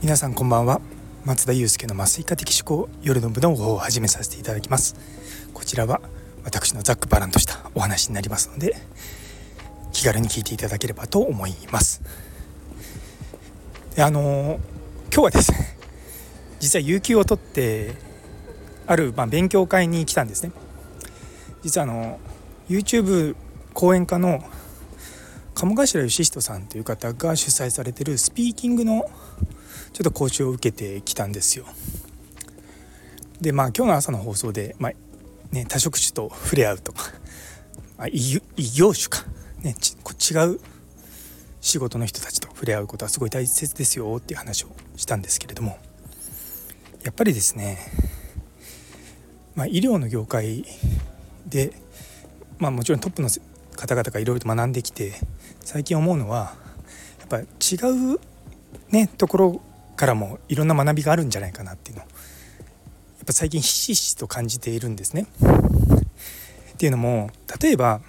皆さんこんばんは。松田祐介の麻酔科的思考夜の部の方を始めさせていただきます。こちらは私のざっくばらんとしたお話になりますので、気軽に聞いていただければと思います。で今日はですね、実は有給を取ってある、勉強会に来たんですね。実はYouTube 講演家の鴨頭義人さんという方が主催されているスピーキングのちょっと講習を受けてきたんですよ。で今日の朝の放送で、多職種と触れ合うとか、異業種か、違う仕事の人たちと触れ合うことはすごい大切ですよっていう話をしたんですけれども、やっぱりですね、医療の業界で、もちろんトップの方々がいろいろと学んできて、最近思うのはやっぱ違うところからもいろんな学びがあるんじゃないかなっていうのをやっぱ最近ひしひしと感じているんですね。っていうのも、例えば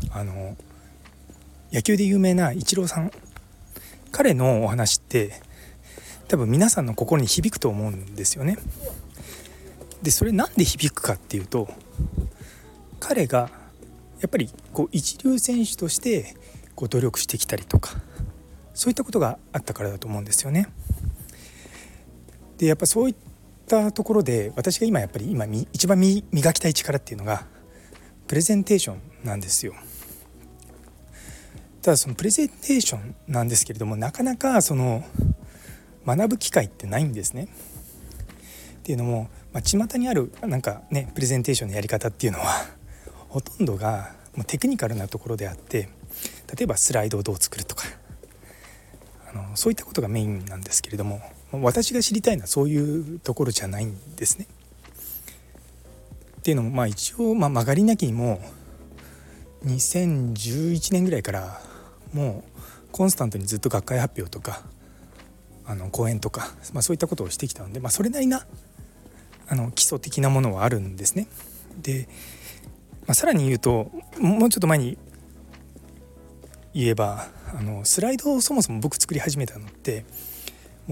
野球で有名なイチローさん、彼のお話って多分皆さんの心に響くと思うんですよね。でそれなんで響くかっていうと、彼がやっぱり一流選手として努力してきたりとか、そういったことがあったからだと思うんですよね。でやっぱそういったところで私が今一番磨きたい力っていうのがプレゼンテーションなんですよ。ただそのプレゼンテーションなんですけれども、なかなかその学ぶ機会ってないんですね。っていうのも、巷にあるプレゼンテーションのやり方っていうのはほとんどがもうテクニカルなところであって、例えばスライドをどう作るとか、そういったことがメインなんですけれども、私が知りたいのはそういうところじゃないんですね。っていうのも一応曲がりなきにも2011年ぐらいからもうコンスタントにずっと学会発表とか講演とか、そういったことをしてきたので、それなりな基礎的なものはあるんですね。で、さらに言うと、もうちょっと前に言えばスライドをそもそも僕作り始めたのってもう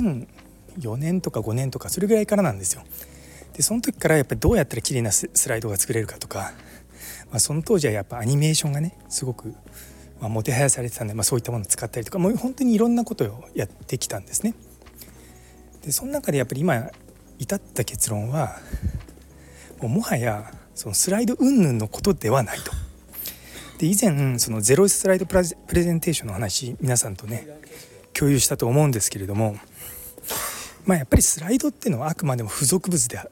2004年とか5年とかそれぐらいからなんですよ。でその時からやっぱりどうやったら綺麗なスライドが作れるかとか、その当時はやっぱアニメーションがねすごくもてはやされてたんで、そういったものを使ったりとか、もう本当にいろんなことをやってきたんですね。でその中でやっぱり今至った結論はもはやそのスライド云々のことではないと。で以前そのゼロスライドプレゼンテーションの話皆さんとね共有したと思うんですけれども、やっぱりスライドっていうのはあくまでも付属物であって、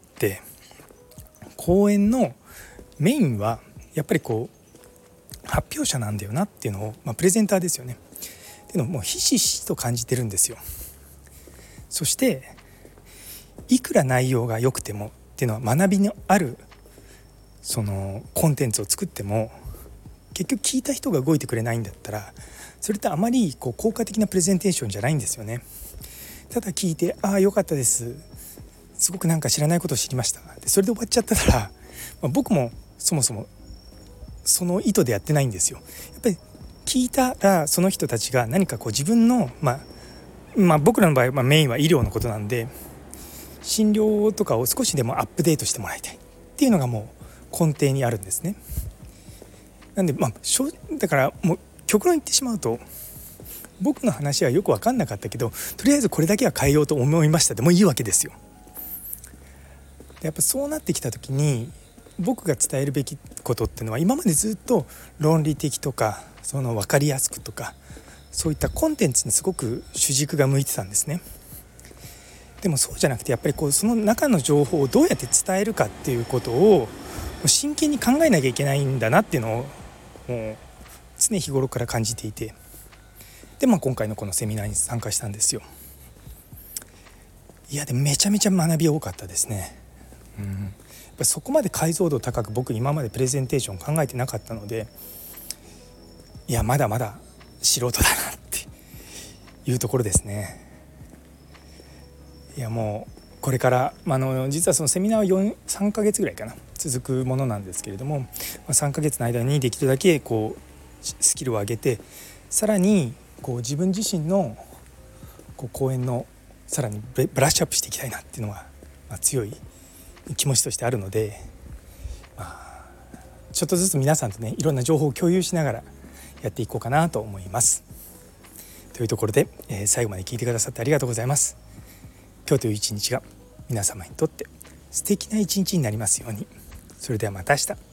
講演のメインはやっぱり発表者なんだよなっていうのを、プレゼンターですよねっていうのをもうひしひしと感じてるんですよ。そしていくら内容が良くてもっていうのは、学びのあるそのコンテンツを作っても結局聞いた人が動いてくれないんだったら、それってあまり効果的なプレゼンテーションじゃないんですよね。ただ聞いて良かったです、すごく知らないことを知りました、でそれで終わっちゃったら、僕もそもそもその意図でやってないんですよ。やっぱり聞いたらその人たちが何か自分の僕らの場合はメインは医療のことなんで、診療とかを少しでもアップデートしてもらいたいっていうのがもう根底にあるんですね。なんでだからもう極論言ってしまうと、僕の話はよく分かんなかったけどとりあえずこれだけは変えようと思いましたでもいいわけですよ。でやっぱそうなってきた時に僕が伝えるべきことっていうのは、今までずっと論理的とかその分かりやすくとかそういったコンテンツにすごく主軸が向いてたんですね。でもそうじゃなくて、やっぱりその中の情報をどうやって伝えるかっていうことを真剣に考えなきゃいけないんだなっていうのをもう常日頃から感じていて、で今回のこのセミナーに参加したんですよ。いやでめちゃめちゃ学び多かったですね。やっぱそこまで解像度高く僕今までプレゼンテーション考えてなかったので、いやまだまだ素人だなっていうところですね。いやもうこれから実はそのセミナーは3ヶ月ぐらいかな続くものなんですけれども、3ヶ月の間にできるだけスキルを上げて、さらに自分自身の講演のさらにブラッシュアップしていきたいなっていうのが、強い気持ちとしてあるので、ちょっとずつ皆さんとねいろんな情報を共有しながらやっていこうかなと思います。というところで、最後まで聞いてくださってありがとうございます。今日という一日が皆様にとって素敵な一日になりますように。それではまた明日。